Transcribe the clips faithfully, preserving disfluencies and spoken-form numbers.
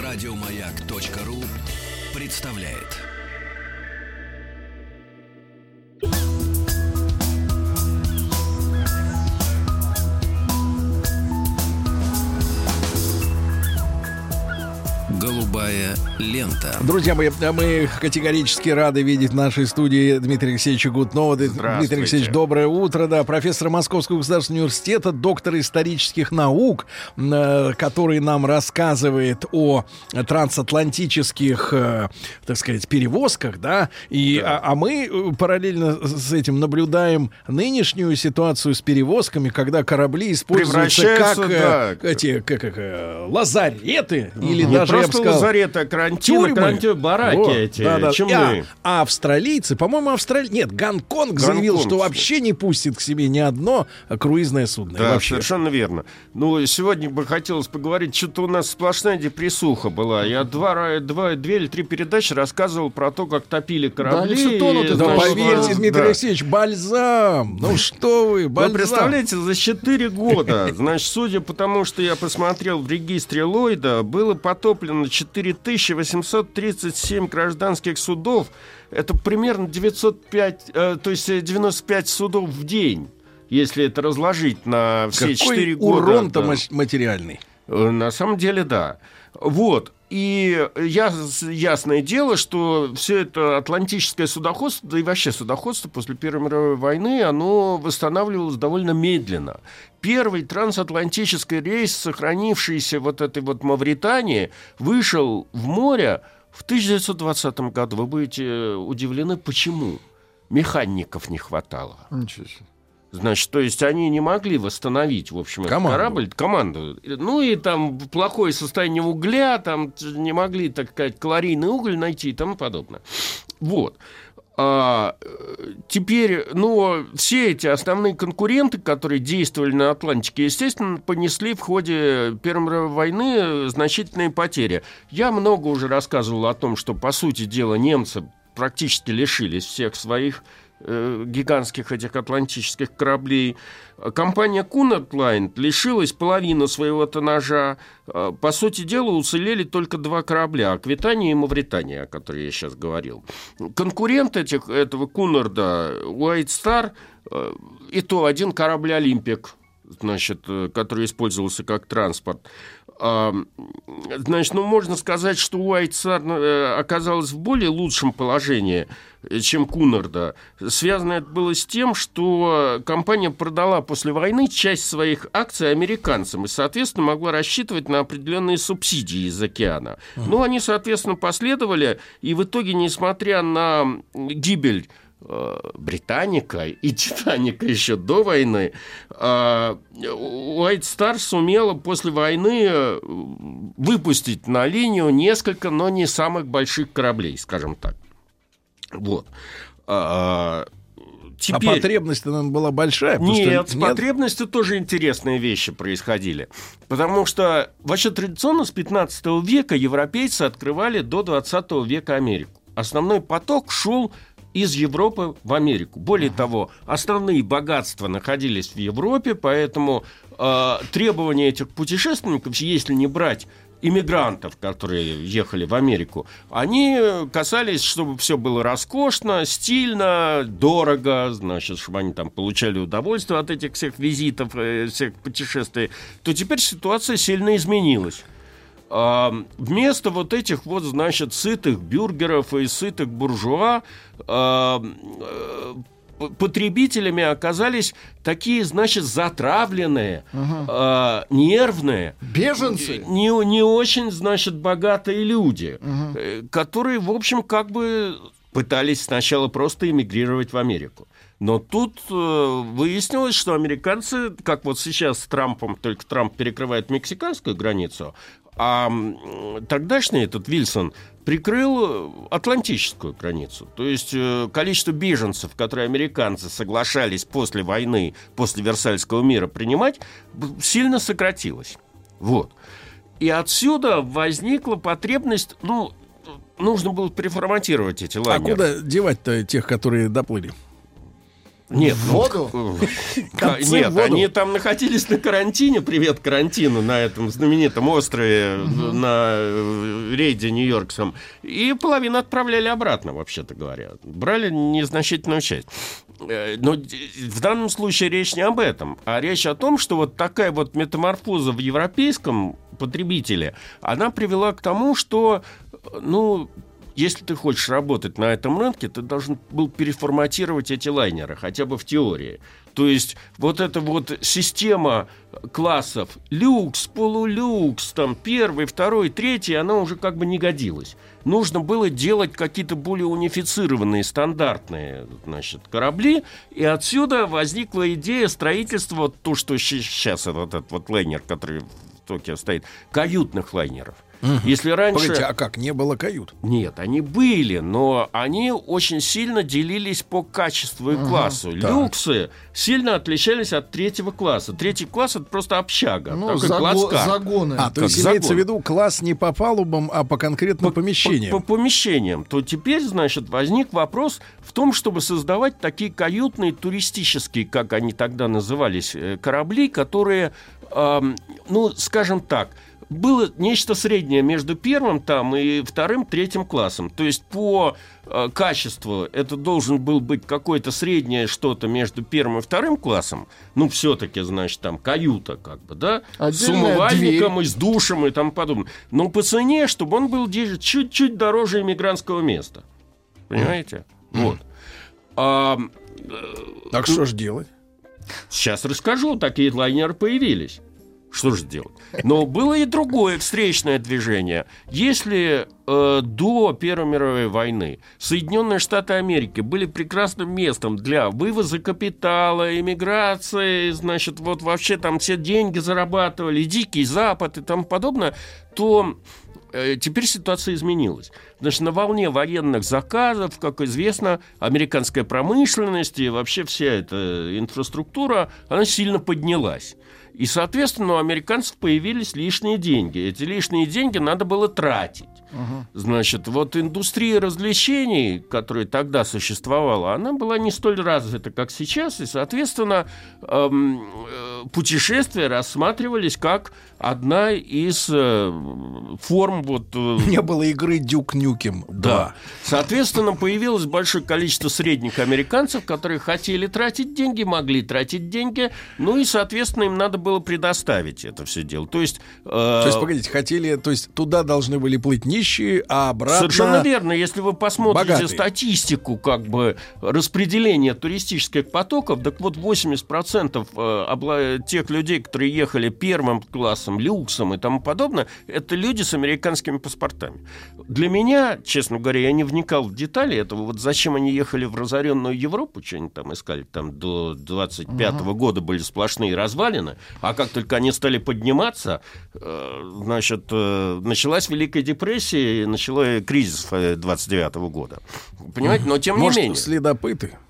Радиомаяк.ру представляет. Голубая лента. Друзья мои, мы категорически рады видеть в нашей студии Дмитрия Алексеевича Гутнова. Дмитрий Алексеевич, доброе утро. Да, профессор Московского государственного университета, доктор исторических наук, который нам рассказывает о трансатлантических, так сказать, перевозках, да. И, да. А, а мы параллельно с этим наблюдаем нынешнюю ситуацию с перевозками, когда корабли используются как, да. эти, как, как лазареты, угу. или Не даже, я бы сказал, лазареты, карантины, карантины, бараки вот, эти, да, да. чумы. А, а австралийцы, по-моему, австралийцы... Нет, Гонконг, Гонконг заявил, что вообще не пустит к себе ни одно круизное судно. Да, вообще. Совершенно верно. Ну, сегодня бы хотелось поговорить, что-то у нас сплошная депрессуха была. Я два, два, две или три передачи рассказывал про то, как топили корабли. Да, тонут, и, да, значит, поверьте, Дмитрий да. Алексеевич, бальзам. Ну что вы, бальзам. Вы представляете, за четыре года, значит, судя по тому, что я посмотрел в регистре Ллойда, было потоплено четыре тысячи восемьсот тридцать семь гражданских судов. Это примерно девятьсот пять, э, то есть девяносто пять судов в день, если это разложить на все четыре года. Какой урон-то да. материальный? На самом деле, да. Вот. И я, ясное дело, что все это атлантическое судоходство, да и вообще судоходство после Первой мировой войны, оно восстанавливалось довольно медленно. Первый трансатлантический рейс, сохранившийся вот этой вот Мавритании, вышел в море в тысяча девятьсот двадцатом году. Вы будете удивлены, почему. Механиков не хватало. Ничего себе. Значит, то есть они не могли восстановить, в общем, этот корабль, команду. Ну и там плохое состояние угля, там не могли, так сказать, калорийный уголь найти и тому подобное. Вот. А, теперь, ну, все эти основные конкуренты, которые действовали на Атлантике, естественно, понесли в ходе Первой мировой войны значительные потери. Я много уже рассказывал о том, что, по сути дела, немцы практически лишились всех своих гигантских этих атлантических кораблей. Компания Cunard Line лишилась половины своего тоннажа. По сути дела, уцелели только два корабля — Аквитания и Мавритания, о которой я сейчас говорил. Конкурент этих, этого Cunard, White Star, и то один корабль «Олимпик», значит, который использовался как транспорт. Значит, ну, можно сказать, что White Star оказалась в более лучшем положении, чем Cunard. Связано это было с тем, что компания продала после войны часть своих акций американцам и, соответственно, могла рассчитывать на определенные субсидии из океана. Uh-huh. Ну, они, соответственно, последовали, и в итоге, несмотря на гибель Британика и Титаника еще до войны, White Star сумела после войны выпустить на линию несколько, но не самых больших кораблей, скажем так. Вот. Теперь... А потребность, наверное, была большая? Нет, что... с потребностью тоже интересные вещи происходили. Потому что вообще традиционно с пятнадцатого века европейцы открывали до двадцатого века Америку. Основной поток шел из Европы в Америку. Более uh-huh. того, основные богатства находились в Европе, поэтому э, требования этих путешественников, если не брать иммигрантов, которые ехали в Америку, они касались, чтобы все было роскошно, стильно, дорого, значит, чтобы они там получали удовольствие от этих всех визитов, всех путешествий, то теперь ситуация сильно изменилась. Вместо вот этих вот, значит, сытых бюргеров и сытых буржуа потребителями оказались такие, значит, затравленные, uh-huh. нервные, беженцы, не, не очень, значит, богатые люди, uh-huh. которые, в общем, как бы пытались сначала просто эмигрировать в Америку. Но тут э, выяснилось, что американцы, как вот сейчас с Трампом, только Трамп перекрывает мексиканскую границу, а тогдашний этот Вильсон прикрыл атлантическую границу. То есть э, количество беженцев, которые американцы соглашались после войны, после Версальского мира принимать, сильно сократилось. Вот. И отсюда возникла потребность, ну, нужно было переформатировать эти лайнеры. А куда девать-то тех, которые доплыли? Нет, в воду? Ну, нет, воду. Они там находились на карантине, привет карантину, на этом знаменитом острове, угу. на рейде Нью-Йоркском, и половину отправляли обратно, вообще-то говоря. Брали незначительную часть. Но в данном случае речь не об этом, а речь о том, что вот такая вот метаморфоза в европейском потребителе, она привела к тому, что, ну... Если ты хочешь работать на этом рынке, ты должен был переформатировать эти лайнеры, хотя бы в теории. То есть вот эта вот система классов люкс, полулюкс, там первый, второй, третий, она уже как бы не годилась. Нужно было делать какие-то более унифицированные, стандартные, значит, корабли, и отсюда возникла идея строительства, вот то, что сейчас вот этот вот лайнер, который в Токио стоит, каютных лайнеров. Угу. Если раньше... Погодите, а как, не было кают? Нет, они были, но они очень сильно делились по качеству и угу. классу. Так. Люксы сильно отличались от третьего класса. Третий класс — это просто общага. Ну, заго- загоны. А, то есть загон. Имеется в виду класс не по палубам, а по конкретным по, помещениям. По, по помещениям. То теперь, значит, возник вопрос в том, чтобы создавать такие каютные, туристические, как они тогда назывались, корабли, которые, э, ну, скажем так, было нечто среднее между первым там и вторым, третьим классом. То есть по э, качеству это должен был быть какое-то среднее что-то между первым и вторым классом. Ну, все-таки, значит, там каюта, как бы, да, отдельная с умывальником дверь. И с душем и тому подобное. Но по цене, чтобы он был чуть-чуть дороже иммигрантского места. Понимаете? Mm. Вот. А, так что ж делать? Сейчас расскажу. Такие лайнеры появились. Что же делать? Но было и другое встречное движение. Если э, до Первой мировой войны Соединенные Штаты Америки были прекрасным местом для вывоза капитала, эмиграции, значит, вот вообще там все деньги зарабатывали, Дикий Запад и тому подобное, то э, теперь ситуация изменилась. Значит, на волне военных заказов, как известно, американская промышленность и вообще вся эта инфраструктура, она сильно поднялась. И, соответственно, у американцев появились лишние деньги. Эти лишние деньги надо было тратить. Uh-huh. Значит, вот индустрия развлечений, которая тогда существовала, она была не столь развита, как сейчас. И, соответственно, эм, э, путешествия рассматривались как одна из э, форм... Вот, э, не было игры Дюк Нюкем. Да. Соответственно, появилось большое количество средних американцев, которые хотели тратить деньги, могли тратить деньги. Ну и, соответственно, им надо было предоставить это все дело. То есть... Э, то есть, погодите, хотели... То есть, туда должны были плыть нищие, а обратно... Совершенно верно. Если вы посмотрите богатые. Статистику как бы распределения туристических потоков, так вот восемьдесят процентов тех людей, которые ехали первым классом, люксом и тому подобное, это люди с американскими паспортами. Для меня, честно говоря, я не вникал в детали этого. Вот зачем они ехали в разоренную Европу, что они там искали, там до двадцать пятого uh-huh. года были сплошные развалины, а как только они стали подниматься, значит, началась Великая депрессия, и начался кризис двадцать девятого года. Понимаете? Но тем Может, не менее. Следопыты?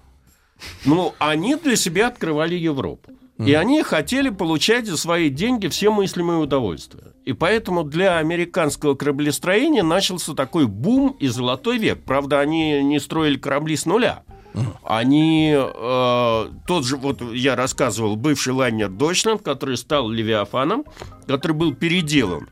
Ну, они для себя открывали Европу. И они хотели получать за свои деньги все мыслимые удовольствия. И поэтому для американского кораблестроения начался такой бум и золотой век. Правда, они не строили корабли с нуля. Они, э, тот же, вот я рассказывал, бывший лайнер Deutschland, который стал Левиафаном, который был переделан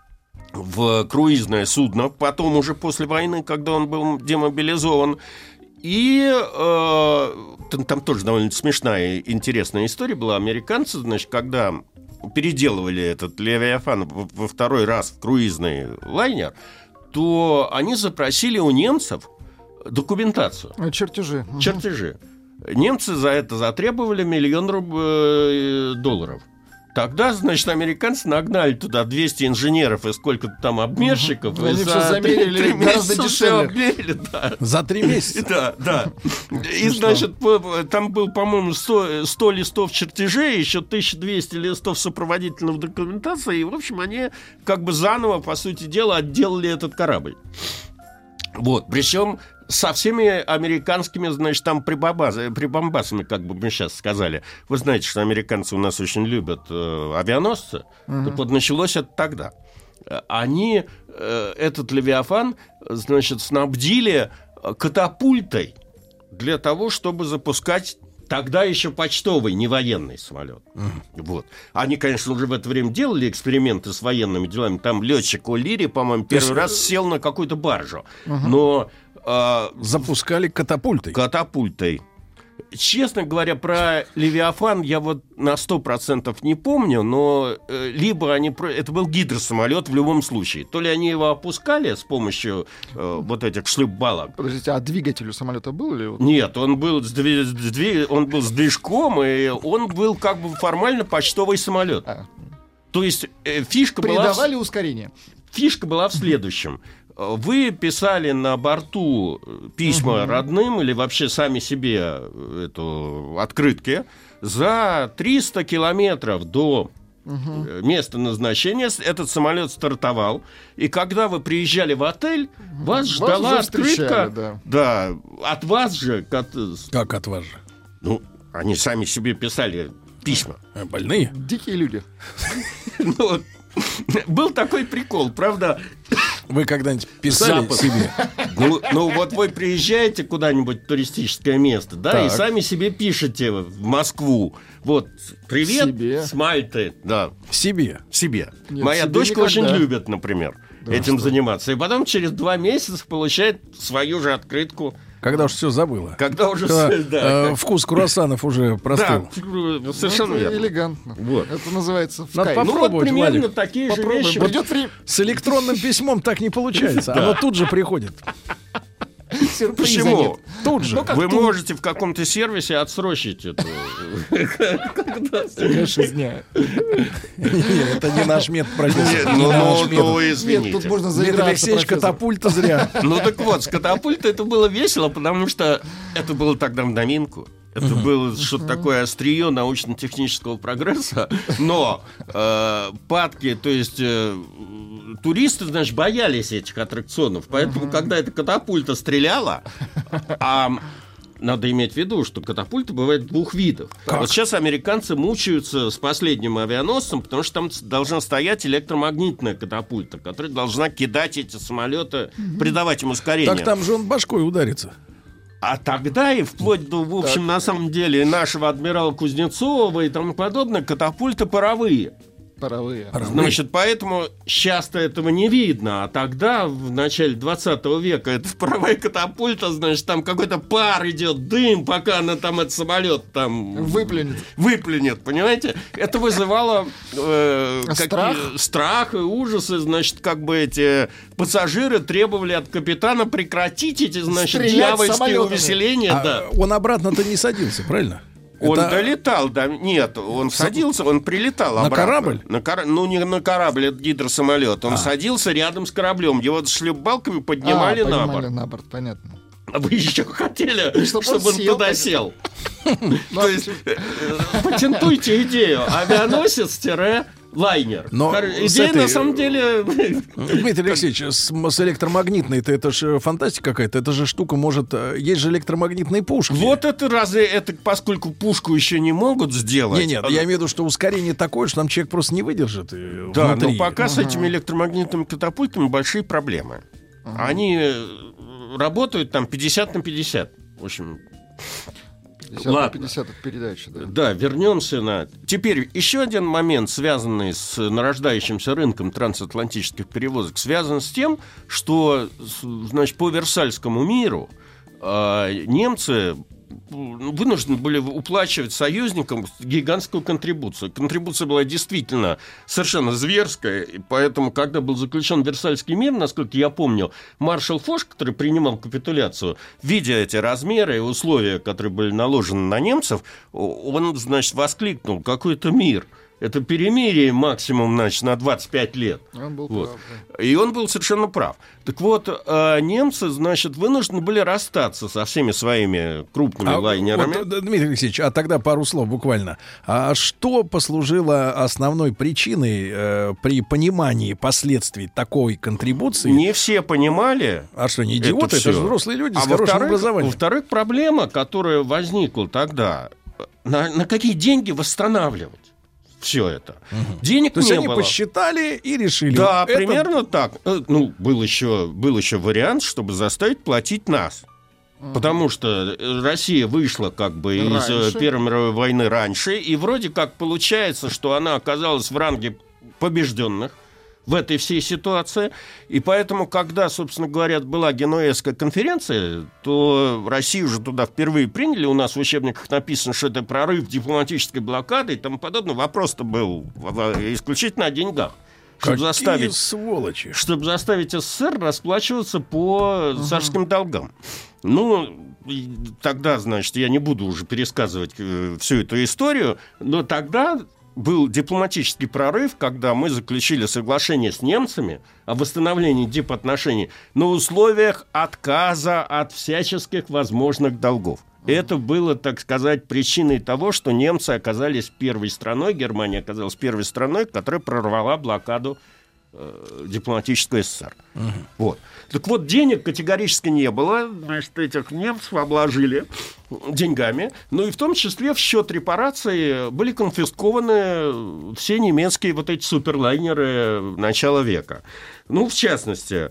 в круизное судно, потом уже после войны, когда он был демобилизован. И э, там, там тоже довольно смешная и интересная история была. Американцы, значит, когда переделывали этот Левиафан во второй раз в круизный лайнер, то они запросили у немцев документацию. Чертежи. Чертежи. Немцы за это затребовали миллион руб- долларов. Тогда, значит, американцы нагнали туда двести инженеров и сколько-то там обмерщиков. Угу. И они за все замерили три, три гораздо дешевле. Обмерили, да. За три месяца? Да, да. И, значит, там был, по-моему, сто, сто листов чертежей, еще тысяча двести листов сопроводительной документации. И, в общем, они как бы заново, по сути дела, отделали этот корабль. Вот, причем со всеми американскими, значит, там прибамбасами, прибамбасами, как бы мы сейчас сказали. Вы знаете, что американцы у нас очень любят э, авианосцы. Uh-huh. Так вот, началось это тогда. Они э, этот Левиафан, значит, снабдили катапультой для того, чтобы запускать тогда еще почтовый, не военный самолет. Uh-huh. Вот. Они, конечно, уже в это время делали эксперименты с военными делами. Там летчик О'Лири, по-моему, первый есть... раз сел на какую-то баржу. Uh-huh. Но... Э, запускали катапультой. Катапультой. Честно говоря, про Левиафан я вот на сто процентов не помню, но э, либо они... Это был гидросамолет в любом случае. То ли они его опускали с помощью э, вот этих шлюпбалок. Подождите, а двигатель у самолета был или... Нет, он был с, дви... с, дви... он был с движком, и он был как бы формально почтовый самолет. А. То есть э, фишка Придавали была... Придавали ускорение. Фишка была в следующем. Вы писали на борту письма uh-huh. родным или вообще сами себе эту открытки за триста километров до uh-huh. места назначения. Этот самолет стартовал, и когда вы приезжали в отель, uh-huh. вас ждала вас открытка. Да. да, от вас же. Как, как от вас же? Ну, они сами себе писали письма. Больные? Дикие люди. Ну, был такой прикол, правда. Вы когда-нибудь писали Запад. себе? Ну, ну вот вы приезжаете куда-нибудь в туристическое место, да, так. и сами себе пишете в Москву. Вот, привет себе. С Мальты. Да. Себе? Себе. Нет, Моя себе дочка никогда. Очень любит, например, да, этим что? заниматься. И потом через два месяца получает свою же открытку. Когда уже все забыла. Когда уже Когда, все, да. Э, вкус круассанов уже простыл. Да, совершенно ну, верно. Элегантно. Вот. Это называется в Надо кайф. попробовать, ну, вот примерно Владик. такие Попробуем. же вещи. Придет время. С электронным письмом так не получается. Оно тут же приходит. Почему? Тут же. Вы можете в каком-то сервисе отсрочить это. Конечно, знаю. Это не наш метод, профессор. Ну, извините. Тут можно заиграться. Дмитрий Алексеевич, катапульта зря. Ну так вот, с катапультой это было весело, потому что это было тогда в новинку. Это uh-huh. было что-то uh-huh. такое острие научно-технического прогресса. Но э, падки, то есть э, туристы, значит, боялись этих аттракционов. Поэтому, uh-huh. когда эта катапульта стреляла, а надо иметь в виду, что катапульта бывает двух видов. Как? Вот сейчас американцы мучаются с последним авианосцем, потому что там должна стоять электромагнитная катапульта, которая должна кидать эти самолеты, uh-huh. придавать им ускорение. Так там же он башкой ударится. А тогда и вплоть до, в общем, так. на самом деле, нашего адмирала Кузнецова и тому подобное, катапульты паровые. Паровые. Значит, поэтому часто этого не видно. А тогда, в начале двадцатого века, это паровая катапульта, значит, там какой-то пар идет, дым, пока она там, этот самолет там... Выплюнет. Выплюнет, понимаете? Это вызывало э, страх? Какие, страх и ужасы. Значит, как бы эти пассажиры требовали от капитана прекратить эти, значит, дьявольские увеселения. А да. Он обратно-то не садился, правильно? Он это... долетал, да, нет, он садился, он прилетал на обратно. Корабль? На корабль? Ну, не на корабль, это гидросамолет. Он а. садился рядом с кораблем, его с шлюпбалками поднимали, а, на поднимали борт. на борт, понятно. А вы еще хотели, чтобы, чтобы он, он туда сел? То есть, патентуйте идею. Авианосец-лайнер. Идея, на самом деле... Дмитрий Алексеевич, с электромагнитной-то это же фантастика какая-то. Это же штука может... Есть же электромагнитные пушки. Вот это разве... это поскольку пушку еще не могут сделать... Нет, нет, я имею в виду, что ускорение такое, что там человек просто не выдержит. Да, но пока с этими электромагнитными катапультами большие проблемы. Они... работают там пятьдесят на пятьдесят. В общем, пятьдесят на пятьдесят от передачи, да. Да, вернемся на... Теперь еще один момент, связанный с нарождающимся рынком трансатлантических перевозок, связан с тем, что, значит, по Версальскому миру э, немцы вынуждены были уплачивать союзникам гигантскую контрибуцию. Контрибуция была действительно совершенно зверская, и поэтому, когда был заключен Версальский мир, насколько я помню, маршал Фош, который принимал капитуляцию, видя эти размеры и условия, которые были наложены на немцев, он, значит, воскликнул: какой-то мир. Это перемирие максимум, значит, на двадцать пять лет. Он был вот. прав, да. И он был совершенно прав. Так вот, э, немцы, значит, вынуждены были расстаться со всеми своими крупными а лайнерами. Вот, Дмитрий Алексеевич, а тогда пару слов буквально. А что послужило основной причиной э, при понимании последствий такой контрибуции? Не все понимали. А что, не идиоты? Это, это же взрослые люди а с хорошим образованием. Во-вторых, проблема, которая возникла тогда, на, на какие деньги восстанавливать все это. Угу. Денег То есть не они было. Посчитали и решили. Да, это... примерно так. Ну, был еще, был еще вариант, чтобы заставить платить нас. Потому что Россия вышла как бы раньше. из Первой мировой войны раньше, и вроде как получается, что она оказалась в ранге побежденных в этой всей ситуации. И поэтому, когда, собственно говоря, была Генуэзская конференция, то Россию уже туда впервые приняли. У нас в учебниках написано, что это прорыв дипломатической блокады и тому подобное. Вопрос-то был исключительно о деньгах. Чтобы заставить, сволочи. чтобы заставить СССР расплачиваться по uh-huh. царским долгам. Ну, тогда, значит, я не буду уже пересказывать э, всю эту историю, но тогда был дипломатический прорыв, когда мы заключили соглашение с немцами о восстановлении дипотношений на условиях отказа от всяческих возможных долгов. Это было, так сказать, причиной того, что немцы оказались первой страной, Германия оказалась первой страной, которая прорвала блокаду э, дипломатического СССР. Uh-huh. Вот. Так вот, денег категорически не было, значит, этих немцев обложили деньгами, ну и в том числе в счет репараций были конфискованы все немецкие вот эти суперлайнеры начала века. Ну, в частности,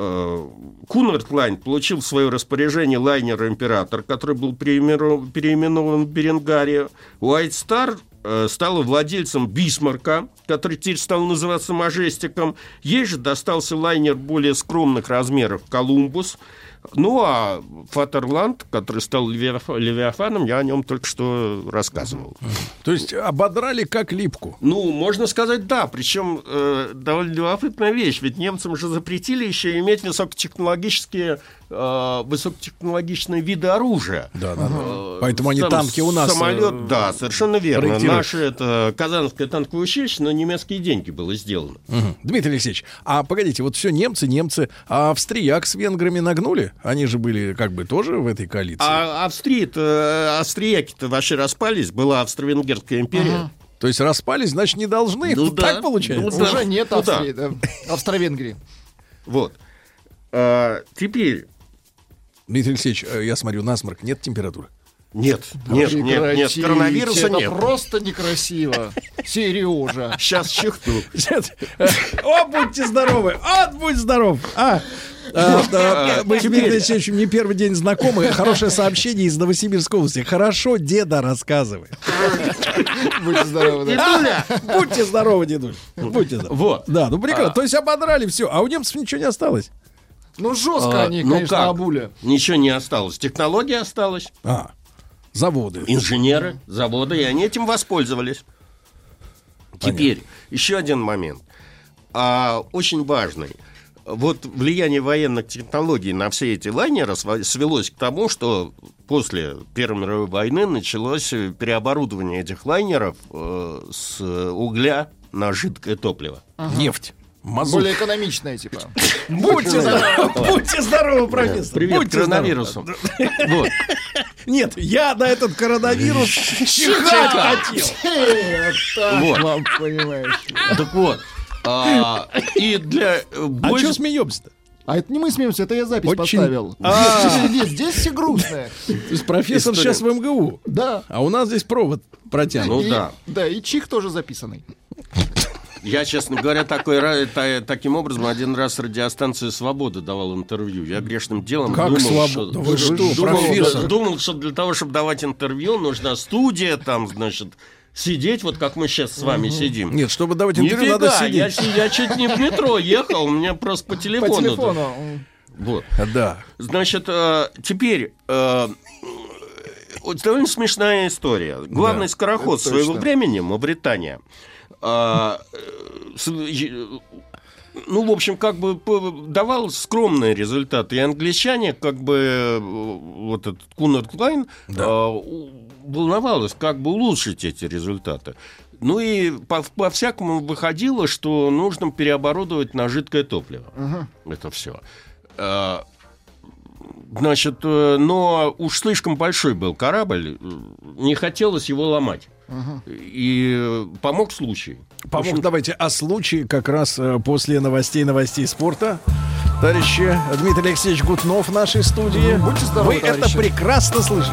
Кунард Лайн получил в свое распоряжение лайнер «Император», который был переименован в «Беренгарию». Уайт Стар стала владельцем «Бисмарка», который теперь стал называться «Мажестиком». Ей же достался лайнер более скромных размеров «Колумбус». Ну, а Фатерланд, который стал Левиафаном, я о нем только что рассказывал. То есть ободрали как липку? Ну, можно сказать, да. Причем э, довольно любопытная вещь. Ведь немцам же запретили еще иметь высокотехнологические, э, высокотехнологичные виды оружия. Да, да, да. Э, Поэтому они танки у нас... Самолет, э, да, совершенно верно. Наше это Казанское танковое училище на немецкие деньги было сделано. Угу. Дмитрий Алексеевич, а погодите, вот все немцы, немцы, а австрияк с венграми нагнули? Они же были как бы тоже в этой коалиции. А Австрия-то, австрияки-то вообще распались, была Австро-Венгерская империя. Ага. То есть распались, значит, не должны. Ну, так да. получается? Ну, уже да. нет Австрии, ну, да. да. Австро-Венгрии. Вот. А, теперь... Дмитрий Алексеевич, я смотрю, насморк, нет температуры? Нет, нет, нет, нет, коронавируса это нет. Это просто некрасиво. Сережа. Сейчас чихну. О, будьте здоровы! О, будь здоров! А! А, да, мы с Дмитрием Алексеевичем не первый день знакомы. Хорошее сообщение из Новосибирской области. Хорошо, деда рассказывает. Будьте здоровы, дедуля. Будьте здоровы, дедуль. Будьте здоровы. Вот. Да, ну прекрасно. То есть ободрали все, а у немцев ничего не осталось. Ну жестко они, конечно, обули. Ничего не осталось. Технология осталась. А, заводы. Инженеры, заводы, и они этим воспользовались. Теперь еще один момент, очень важный. Вот влияние военных технологий на все эти лайнеры свелось к тому, что после Первой мировой войны началось переоборудование этих лайнеров э, с угля на жидкое топливо. Ага. Нефть. Мазут. Более экономичная, типа. Будьте здоровы, будьте здоровы, профессор. Привет коронавирусу. Вот. Нет, я на этот коронавирус чихать хотел. Вот. Понимаешь. Так вот. А, и для больше... А что смеемся-то? А это не мы смеемся, это я запись Очень... поставил. Нет, здесь все грустное. То есть профессор История. Сейчас в эм гэ у. Да. А у нас здесь провод протянут. Ну и, да. Да, и чих тоже записанный. Я, честно говоря, такой, та, таким образом один раз радиостанция «Свобода» давал интервью. Я грешным делом как думал, свобода? что, да вы что, думал, думал, что для того, чтобы давать интервью, нужна студия, там, значит... Сидеть, вот как мы сейчас с вами угу. сидим. Нет, чтобы давать интервью, Нифига, надо сидеть. Я, я чуть не в метро ехал, у меня просто по телефону. По телефону. Вот. Да. Значит, теперь вот довольно смешная история. Главный да, скороход своего точно. времени, Мавритания, ну, в общем, как бы давал скромные результаты. И англичане, как бы, вот этот Кунард Лайн, да. э, волновалась, как бы улучшить эти результаты. Ну и по- по-всякому выходило, что нужно переоборудовать на жидкое топливо. Uh-huh. Это все. Э, значит, э, но уж слишком большой был корабль, не хотелось его ломать. Uh-huh. И помог случай. Помог, общем... давайте о случае как раз после новостей новостей спорта. Товарищи, Дмитрий Алексеевич Гутнов в нашей студии. Ну, будьте здоровы, Вы товарищи. Это прекрасно слышите.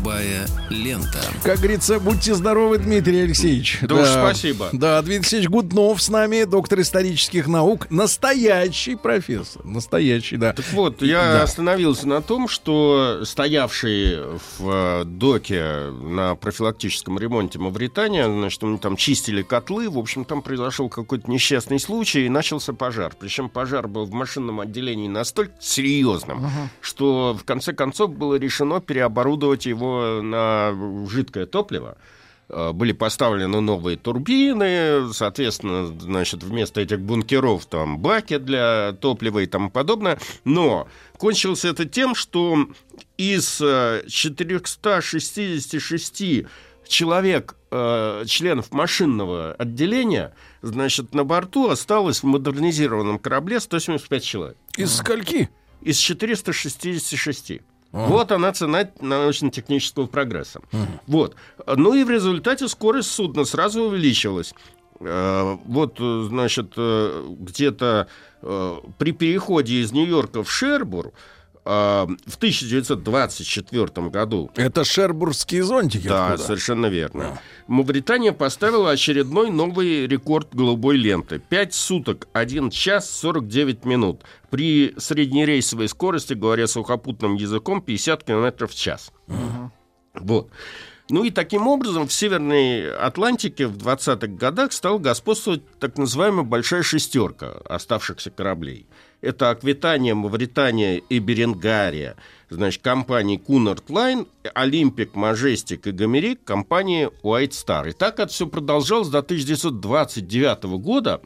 Голубая лента. Как говорится, будьте здоровы, Дмитрий Алексеевич. Да, да уж спасибо. Да, Дмитрий Алексеевич Гутнов с нами, доктор исторических наук, настоящий профессор. Настоящий, да. Так вот, я да. остановился на том, что стоявший в доке на профилактическом ремонте Мавритания, значит, они там чистили котлы, в общем, там произошел какой-то несчастный случай, и начался пожар. Причем пожар был в машинном отделении настолько серьезным, uh-huh. что в конце концов было решено переоборудовать его на жидкое топливо. Были поставлены новые турбины, соответственно, значит, вместо этих бункеров там баки для топлива и тому подобное. Но кончилось это тем, что из четырехсот шестидесяти шести человек, э, членов машинного отделения, значит, на борту осталось в модернизированном корабле сто семьдесят пять человек. Из скольки? Из четырёхсот шестидесяти шести. Uh-huh. Вот она цена научно-технического прогресса. Uh-huh. Вот. Ну и в результате скорость судна сразу увеличилась. Uh, вот, значит, uh, где-то uh, при переходе из Нью-Йорка в Шербур uh, в тысяча девятьсот двадцать четвёртом году... Это шербургские зонтики? Да, откуда? совершенно верно. Uh. Мавритания поставила очередной новый рекорд голубой ленты. пять суток, один час, сорок девять минут. При среднерейсовой скорости, говоря сухопутным языком, пятьдесят километров в час. Uh-huh. Вот. Ну и таким образом в Северной Атлантике в двадцатых годах стала господствовать так называемая «большая шестерка» оставшихся кораблей. Это Аквитания, Мавритания и Беренгария, значит, компании Cunard Line, Olympic, Majestic и Гомерик, компании White Star. И так это все продолжалось до тысяча девятьсот двадцать девятого года,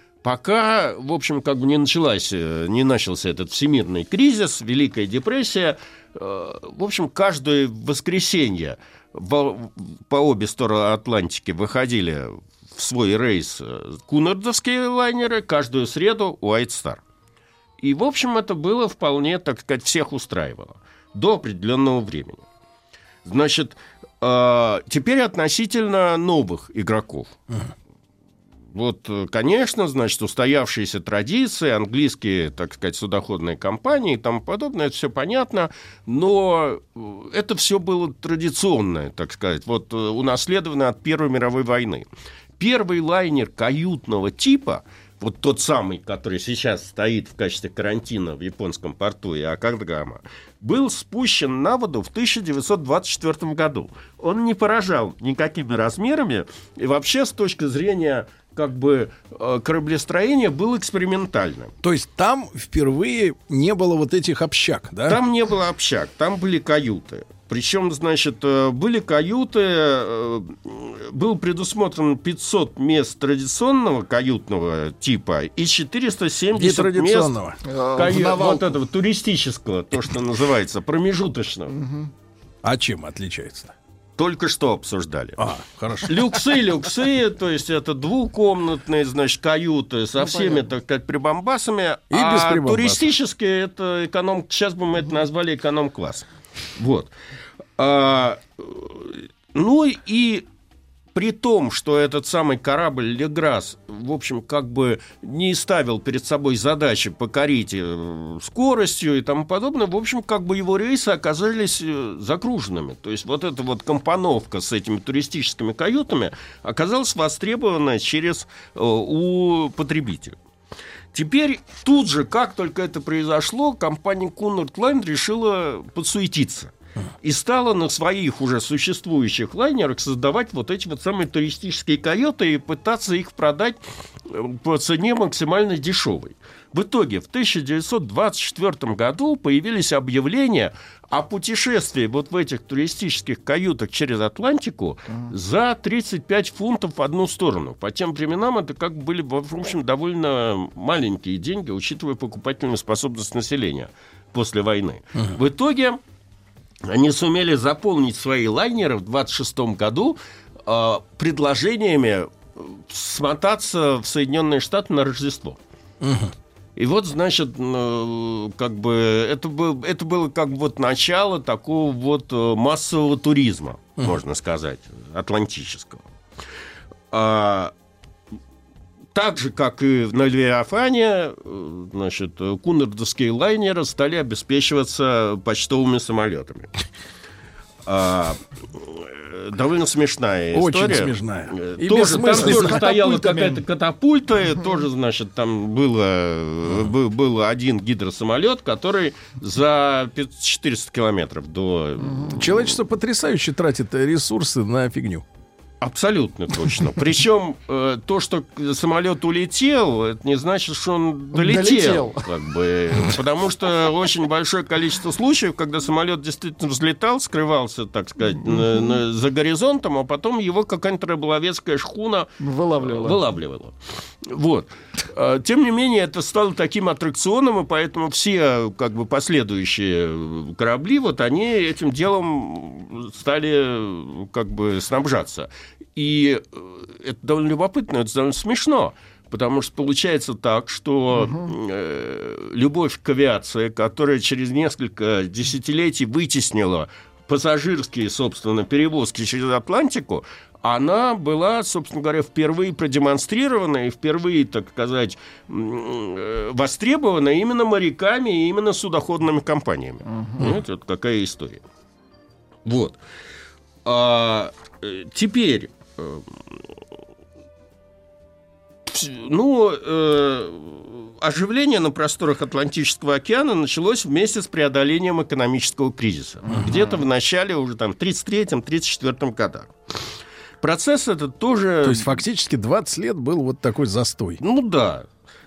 пока, в общем, как бы не началась, не начался этот всемирный кризис, Великая депрессия. В общем, каждое воскресенье по обе стороны Атлантики выходили в свой рейс кунардовские лайнеры, каждую среду White Star. И, в общем, это было вполне, так сказать, всех устраивало до определенного времени. Значит, э, теперь относительно новых игроков. Вот, конечно, значит, устоявшиеся традиции, английские, так сказать, судоходные компании и тому подобное, это все понятно, но это все было традиционное, так сказать, вот унаследовано от Первой мировой войны. Первый лайнер каютного типа, вот тот самый, который сейчас стоит в качестве карантина в японском порту Иокогама, был спущен на воду в тысяча девятьсот двадцать четвёртом году. Он не поражал никакими размерами, и вообще с точки зрения как бы кораблестроения был экспериментальным. То есть там впервые не было вот этих общак, да? Там не было общак, там были каюты. Причем, значит, были каюты, был предусмотрено пятьсот мест традиционного каютного типа и четыреста семьдесят мест каю... вот этого туристического, то, что называется, промежуточного. А чем отличается-то? Только что обсуждали. А, хорошо. Люксы, люксы, то есть это двухкомнатные, значит, каюты со ну, всеми, понятно. Так сказать, прибамбасами. И а без прибамбасов. Туристические это эконом, сейчас бы мы это назвали эконом-класс. Вот. А, ну и при том, что этот самый корабль «Леграсс», в общем, как бы не ставил перед собой задачи покорить скоростью и тому подобное, в общем, как бы его рейсы оказались загруженными. То есть вот эта вот компоновка с этими туристическими каютами оказалась востребована через у потребителя. Теперь тут же, как только это произошло, компания Cunard Line решила подсуетиться. И стала на своих уже существующих лайнерах создавать вот эти вот самые туристические каюты и пытаться их продать по цене максимально дешевой. В итоге в тысяча девятьсот двадцать четвёртом году появились объявления о путешествии вот в этих туристических каютах через Атлантику за тридцать пять фунтов в одну сторону. По тем временам это как бы были, в общем, довольно маленькие деньги, учитывая покупательную способность населения после войны. Uh-huh. В итоге они сумели заполнить свои лайнеры в двадцать шестом году э, предложениями смотаться в Соединенные Штаты на Рождество. Угу. И вот, значит, э, как бы это, был, это было как бы вот начало такого вот массового туризма, угу. можно сказать, атлантического. А, так же, как и на Левиафане, значит, кунардовские лайнеры стали обеспечиваться почтовыми самолетами. А, довольно смешная история. Очень смешная. И тоже, там тоже стояла какая-то катапульта, mm-hmm. тоже, значит, там было, mm-hmm. был один гидросамолет, который за четыреста километров до... Mm-hmm. Человечество потрясающе тратит ресурсы на фигню. Абсолютно точно. Причем э, то, что самолет улетел, это не значит, что он долетел. долетел. Как бы, потому что очень большое количество случаев, когда самолет действительно взлетал, скрывался, так сказать, на, на, за горизонтом, а потом его какая-нибудь рыболовецкая шхуна вылавливала. вылавливала. Вот. Тем не менее, это стало таким аттракционом, и поэтому все как бы, последующие корабли, вот они этим делом стали как бы снабжаться. И это довольно любопытно, это довольно смешно, потому что получается так, что угу. э, любовь к авиации, которая через несколько десятилетий вытеснила пассажирские, собственно, перевозки через Атлантику, она была, собственно говоря, впервые продемонстрирована и впервые, так сказать, востребована именно моряками и именно судоходными компаниями. Угу. Понимаете, вот какая история. Вот. А, теперь, ну, э, оживление на просторах Атлантического океана началось вместе с преодолением экономического кризиса. Uh-huh. Где-то в начале, уже там, в тридцать третьем — тридцать четвёртом годах. Процесс этот тоже... То есть фактически двадцать лет был вот такой застой. Ну да.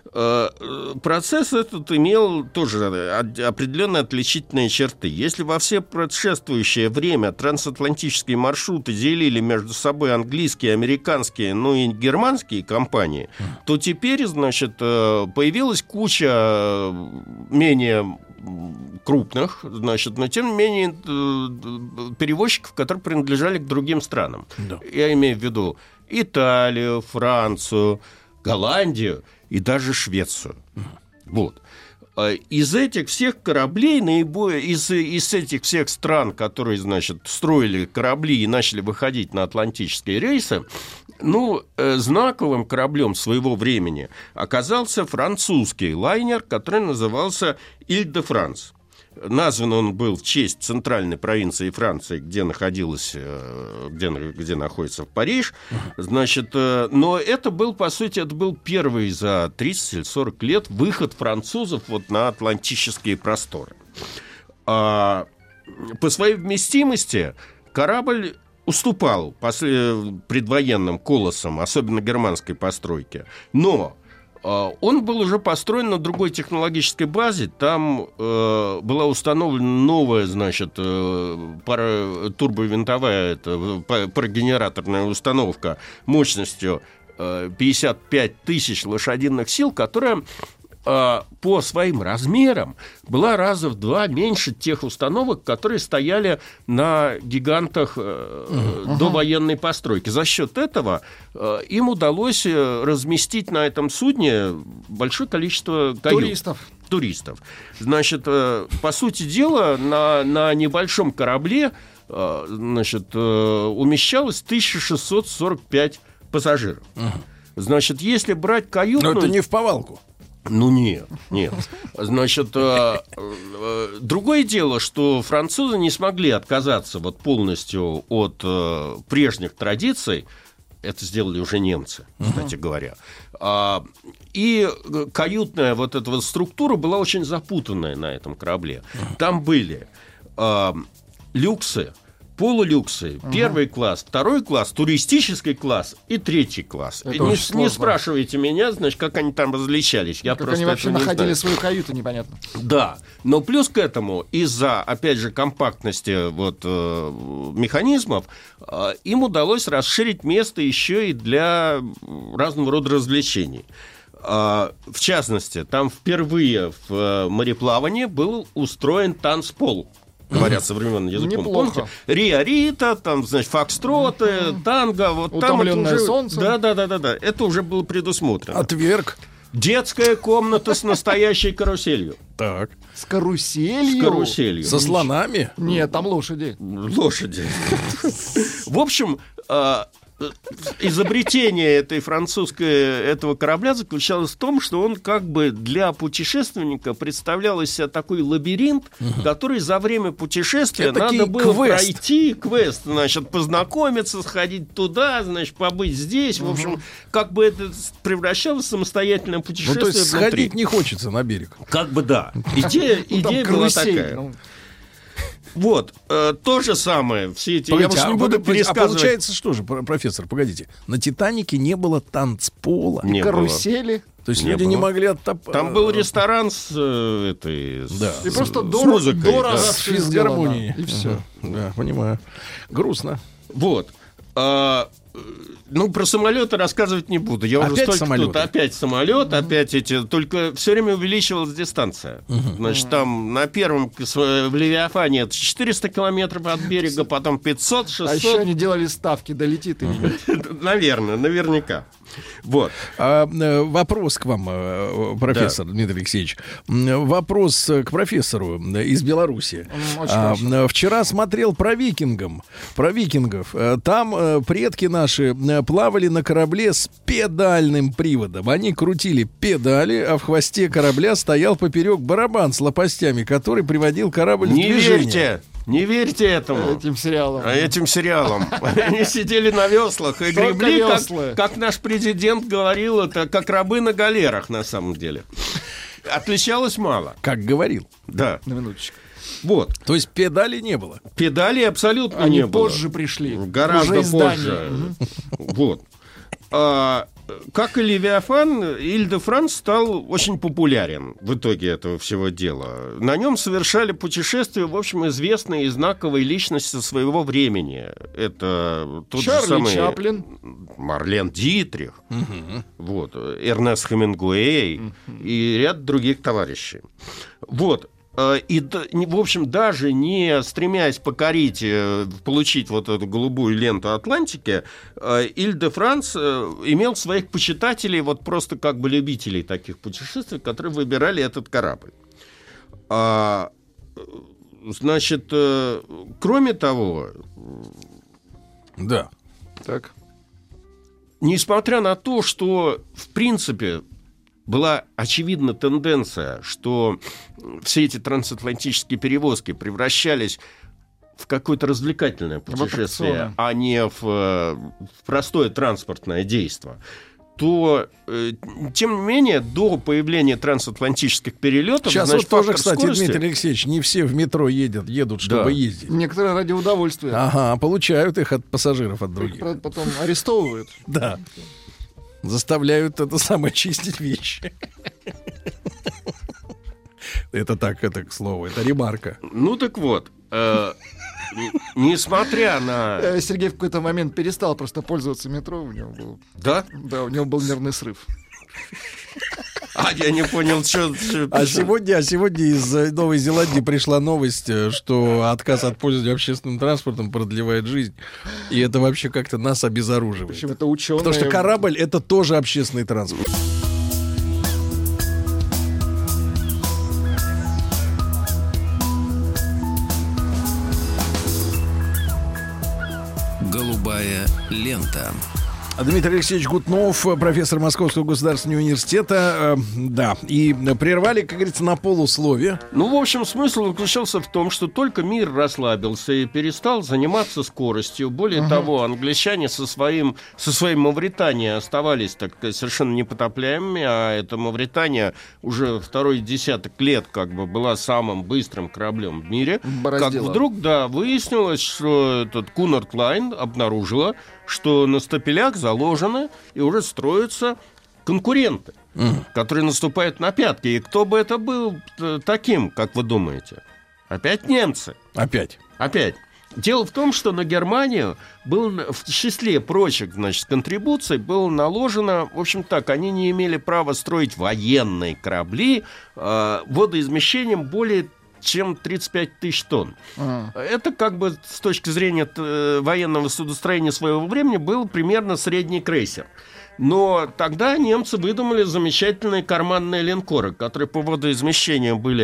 Процесс этот имел тоже определенные отличительные черты. Если во все предшествующее время трансатлантические маршруты делили между собой английские, американские, ну и германские компании, то теперь, значит, появилась куча менее крупных, значит, но тем не менее перевозчиков, которые принадлежали к другим странам. Да. Я имею в виду Италию, Францию, Голландию и даже Швецию. Вот. Из этих всех кораблей, наиболее, из, из этих всех стран, которые, значит, строили корабли и начали выходить на атлантические рейсы, ну, знаковым кораблем своего времени оказался французский лайнер, который назывался «Иль-де-Франс». Назван он был в честь центральной провинции Франции, где находилась, где, где находится Париж. Значит, но это был, по сути, это был первый за тридцать или сорок лет выход французов вот на атлантические просторы. А по своей вместимости корабль уступал после предвоенным колоссам, особенно германской постройки, но он был уже построен на другой технологической базе. Там э, была установлена новая, значит, э, пара, турбовинтовая, это, парогенераторная установка мощностью э, пятьдесят пять тысяч лошадиных сил, которая э, по своим размерам была раза в два меньше тех установок, которые стояли на гигантах э, uh-huh. довоенной постройки. За счет этого э, им удалось разместить на этом судне большое количество кают. Туристов. Туристов. Значит, э, по сути дела, на, на небольшом корабле э, значит, э, умещалось тысяча шестьсот сорок пять пассажиров. Uh-huh. Значит, если брать каютную... Но это не в повалку. Ну нет, нет. Значит, э, э, другое дело, что французы не смогли отказаться вот полностью от э, прежних традиций. Это сделали уже немцы, кстати uh-huh. говоря. А, и каютная вот эта вот структура была очень запутанная на этом корабле. Uh-huh. Там были э, люксы, полулюксы, uh-huh. первый класс, второй класс, туристический класс и третий класс. Не, не спрашивайте меня, значит, как они там различались. Я как просто они вообще не находили знаю. свою каюту, непонятно. Да, но плюс к этому, из-за, опять же, компактности вот, э, механизмов, э, им удалось расширить место еще и для разного рода развлечений. Э, в частности, там впервые в э, мореплавании был устроен танцпол. Говорят современным языком. Помните? Риа-рита, там, значит, фокстроты, mm-hmm. танго. Вот утомленное там уже... солнце. Да, да, да, да, да. Это уже было предусмотрено. Отверг. Детская комната с настоящей каруселью. Так. С каруселью? С каруселью. Со слонами? Нет, там лошади. Лошади. В общем, изобретение этой французской, этого корабля заключалось в том, что он как бы для путешественника представлял из себя такой лабиринт, угу. который за время путешествия это надо было квест. пройти квест, значит, познакомиться, сходить туда, значит, побыть здесь. Угу. В общем, как бы это превращалось в самостоятельное путешествие. Ну, то есть внутри. Сходить не хочется на берег. Как бы да. Идея, ну, идея была такая. Ну... Вот, э, то же самое. Все эти. Погодите, я а, не буду пересказывать. А получается, что же, профессор, погодите, на «Титанике» не было танцпола, не карусели. Было. То есть не люди было. не могли оттопать. Там был ресторан с э, этой. Да. И с, просто с дорого, музыкой, дорого да. с физгармонией. И все. Угу. Да, понимаю. Грустно. Вот. А, ну, про самолеты рассказывать не буду. Я опять уже столько самолеты? Тут опять самолет, mm-hmm. опять эти. Только все время увеличивалась дистанция. Mm-hmm. Значит, там на первом в Левиафане это четыреста километров от берега, потом пятьсот, шестьсот. А еще они делали ставки, долетит или нет? Наверное, наверняка. Вот. А, вопрос к вам, профессор да. Дмитрий Алексеевич. Вопрос к профессору из Беларуси. А, вчера смотрел про викингов. Про викингов. Там предки наши плавали на корабле с педальным приводом. Они крутили педали, а в хвосте корабля стоял поперек барабан с лопастями, который приводил корабль Не в движение. Верьте. Не верьте этому. Этим сериалам. А этим сериалам. Они сидели на веслах и гребли, как, как наш президент говорил, это как рабы на галерах на самом деле. Отличалось мало. Как говорил. Да. На минуточку. Вот. То есть педали не было? Педали абсолютно Они не было. позже пришли. Гораздо позже. Угу. Вот. А, как и Левиафан, Иль-де-Франс стал очень популярен в итоге этого всего дела. На нем совершали путешествия, в общем, известные и знаковые личности своего времени. Это тот Чарли же самый Чаплин, Марлен Дитрих, угу. вот, Эрнест Хемингуэй угу. и ряд других товарищей. Вот. И, в общем, даже не стремясь покорить, получить вот эту голубую ленту Атлантики, Иль-де-Франс имел своих почитателей, вот просто как бы любителей таких путешествий, которые выбирали этот корабль. Значит, кроме того... Да. Так. Несмотря на то, что, в принципе... была очевидна тенденция, что все эти трансатлантические перевозки превращались в какое-то развлекательное путешествие, а не в, в простое транспортное действие, то, э, тем не менее, до появления трансатлантических перелетов... Сейчас значит, вот тоже, кстати, скорости... Дмитрий Алексеевич, не все в метро едут, едут чтобы да. ездить. Некоторые ради удовольствия. Ага, получают их от пассажиров, от других. Их потом арестовывают. Да. Заставляют это самое чистить вещи. Это так, это к слову, это ремарка. Ну так вот, э, несмотря на... Сергей в какой-то момент перестал просто пользоваться метро, у него был... Да? Да, у него был нервный срыв. А, я не понял, что... А сегодня, а сегодня из Новой Зеландии пришла новость, что отказ от пользования общественным транспортом продлевает жизнь. И это вообще как-то нас обезоруживает. Причем это ученые... Потому что корабль — это тоже общественный транспорт. Голубая лента. Дмитрий Алексеевич Гутнов, профессор Московского государственного университета. Э, да, и прервали, как говорится, на полусловие. Ну, в общем, смысл заключался в том, что только мир расслабился и перестал заниматься скоростью. Более uh-huh. того, англичане со своим, со своей Мавританией оставались так совершенно непотопляемыми, а эта Мавритания уже второй десяток лет как бы была самым быстрым кораблем в мире. Бороздила. Как вдруг, да, выяснилось, что этот Cunard Line обнаружила, что на стапелях заложены и уже строятся конкуренты, mm. которые наступают на пятки. И кто бы это был таким, как вы думаете? Опять немцы. Опять. Опять. Дело в том, что на Германию было, в числе прочих, значит, контрибуций было наложено, в общем так, они не имели права строить военные корабли э, водоизмещением более чем тридцать пять тысяч тонн. А. Это как бы с точки зрения т- военного судостроения своего времени был примерно средний крейсер. Но тогда немцы выдумали замечательные карманные линкоры, которые по водоизмещению были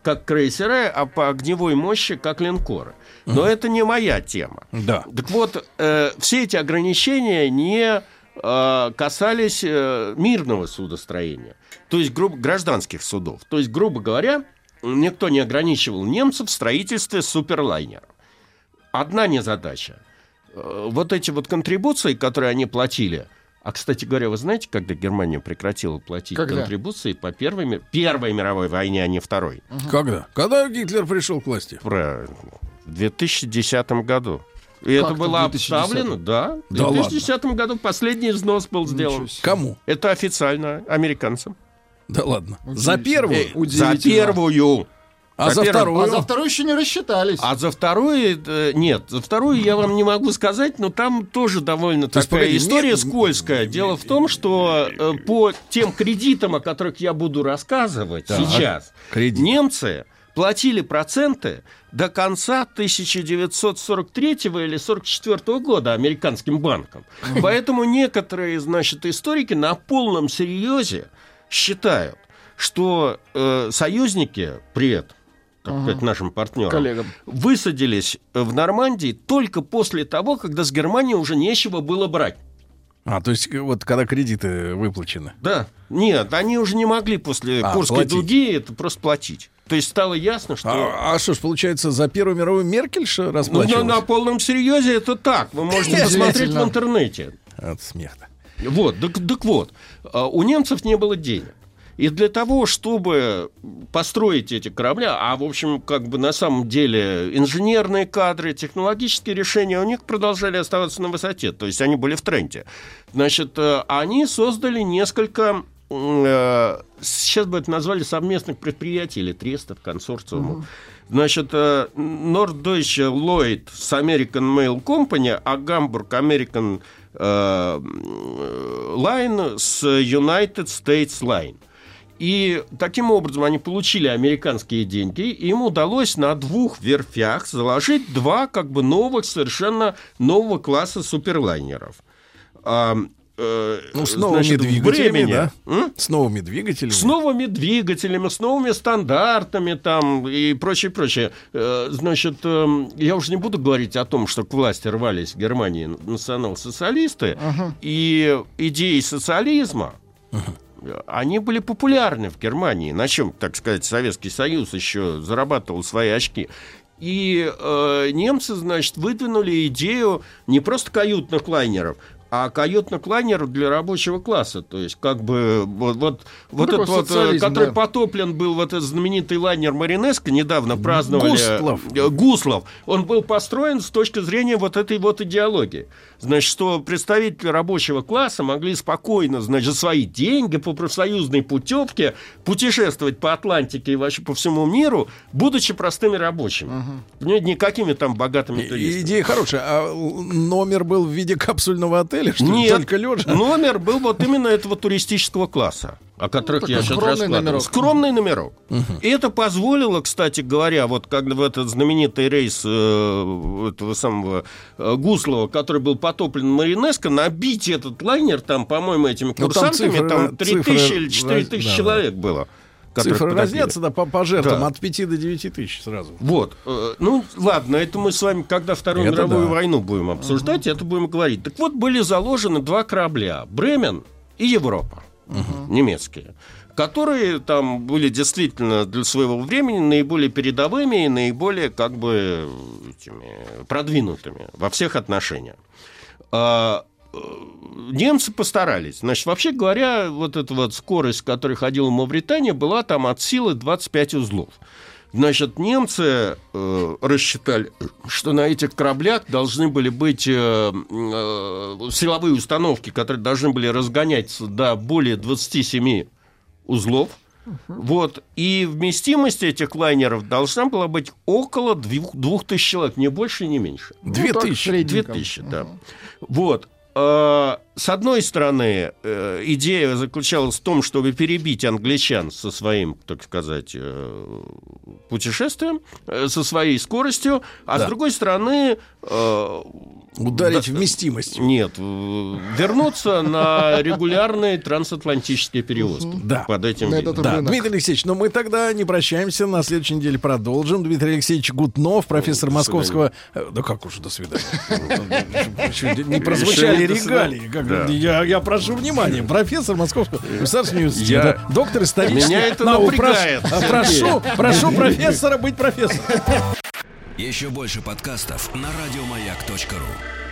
как крейсеры, а по огневой мощи, как линкоры. Но mm. это не моя тема. Да. Так вот, э, все эти ограничения не э, касались э, мирного судостроения, то есть грубо, гражданских судов. То есть, грубо говоря, никто не ограничивал немцев в строительстве суперлайнеров. Одна незадача. Вот эти вот контрибуции, которые они платили. А, кстати говоря, вы знаете, когда Германия прекратила платить когда? контрибуции по первой, первой мировой войне, а не второй? Угу. Когда? Когда Гитлер пришел к власти? Правильно. В две тысячи десятом году. И как это было обставлено, да. В да две тысячи десятом году последний взнос был сделан. Кому? Это официально американцам. Да ладно. За первую? Э, за первую. А за, за вторую? А за вторую еще не рассчитались. А за вторую, э, нет, за вторую я вам не могу сказать, но там тоже довольно То такая есть, история нет, скользкая. Дело нет, в том, что э, по тем кредитам, о которых я буду рассказывать так, сейчас, кредит. немцы платили проценты до конца тысяча девятьсот сорок третьего или сорок четвёртого года американским банкам. Поэтому некоторые, значит, историки на полном серьезе считают, что э, союзники при этом, так сказать, ага. нашим партнерам, коллегам, высадились в Нормандии только после того, когда с Германией уже нечего было брать. А, то есть вот когда кредиты выплачены? Да. Нет, они уже не могли после а, Курской платить. дуги это просто платить. То есть стало ясно, что... А, а что ж, получается, за Первую мировую Меркель расплачивалась? Ну, на, на полном серьезе это так. Вы можете посмотреть в интернете. Это смех-то. Вот, так, так вот. У немцев не было денег. И для того, чтобы построить эти корабли, а, в общем, как бы на самом деле инженерные кадры, технологические решения у них продолжали оставаться на высоте, то есть они были в тренде. Значит, они создали несколько, сейчас бы это назвали совместных предприятий или трестов, консорциумов. Mm-hmm. Значит, Norddeutsche Lloyd с American Mail Company, а Hamburg American Line с United States Line. И таким образом они получили американские деньги, и им удалось на двух верфях заложить два как бы новых, совершенно нового класса суперлайнеров. А, э, ну, с новыми значит, двигателями, времени, да? М? С новыми двигателями. С новыми двигателями, с новыми стандартами там, и прочее, прочее. Значит, я уже не буду говорить о том, что к власти рвались в Германии национал-социалисты, uh-huh. и идеи социализма, uh-huh. они были популярны в Германии, на чем, так сказать, Советский Союз еще зарабатывал свои очки. И э, немцы, значит, выдвинули идею не просто каютных лайнеров, а каютных лайнеров для рабочего класса. То есть, как бы, вот, вот, вот этот вот, который да. потоплен был, вот этот знаменитый лайнер Маринеско, недавно праздновали... Гуслов. Гуслов. Он был построен с точки зрения вот этой вот идеологии. Значит, что представители рабочего класса могли спокойно, значит, за свои деньги по профсоюзной путевке путешествовать по Атлантике и вообще по всему миру, будучи простыми рабочими. Угу. Никакими там богатыми туристами. Идея хорошая. А номер был в виде капсульного отеля? Что Нет, только лежа? Номер был вот именно этого туристического класса, о которых ну, я сейчас рассказывал. Номерок. Скромный номерок. Угу. И это позволило, кстати говоря, вот когда в этот знаменитый рейс э, этого самого э, Гуслова, который был потоплен Маринеско, набить этот лайнер, там, по-моему, этими курсантами, ну, там три тысячи или четыре тысячи да, человек да. было. Цифры разнятся, да, по, по жертвам да. от пяти до девяти тысяч сразу. Вот. Ну, ладно, это мы с вами, когда Вторую это мировую да. войну будем обсуждать, uh-huh. это будем говорить. Так вот, были заложены два корабля. Бремен и Европа. Uh-huh. Немецкие. Которые там были действительно для своего времени наиболее передовыми и наиболее, как бы, этими, продвинутыми во всех отношениях. Немцы постарались. Значит, вообще говоря, вот эта вот скорость, с которой ходила Мавритания, была там от силы двадцать пять узлов. Значит, немцы э, рассчитали, что на этих кораблях должны были быть э, э, силовые установки, которые должны были разгоняться до более двадцати семи узлов. Uh-huh. Вот. И вместимость этих лайнеров должна была быть около двух тысяч человек, не больше, не меньше. Две тысячи. Две тысячи, да. Uh-huh. Вот. с одной стороны, э, идея заключалась в том, чтобы перебить англичан со своим, так сказать, э, путешествием, э, со своей скоростью, а да. с другой стороны... Э, Ударить да, вместимостью. Нет, вернуться на регулярные трансатлантические перевозки. Да. Под этим видом. Да. Дмитрий Алексеевич, но мы тогда не прощаемся. На следующей неделе продолжим. Дмитрий Алексеевич Гутнов, профессор ну, Московского... Да как уж, до свидания. Не прозвучали регалии. Я, я прошу внимания. Профессор Московского государственного университета, я... доктор исторических Меня это наук. напрягает. Прошу, прошу профессора быть профессором. Еще больше подкастов на радиомаяк точка ру.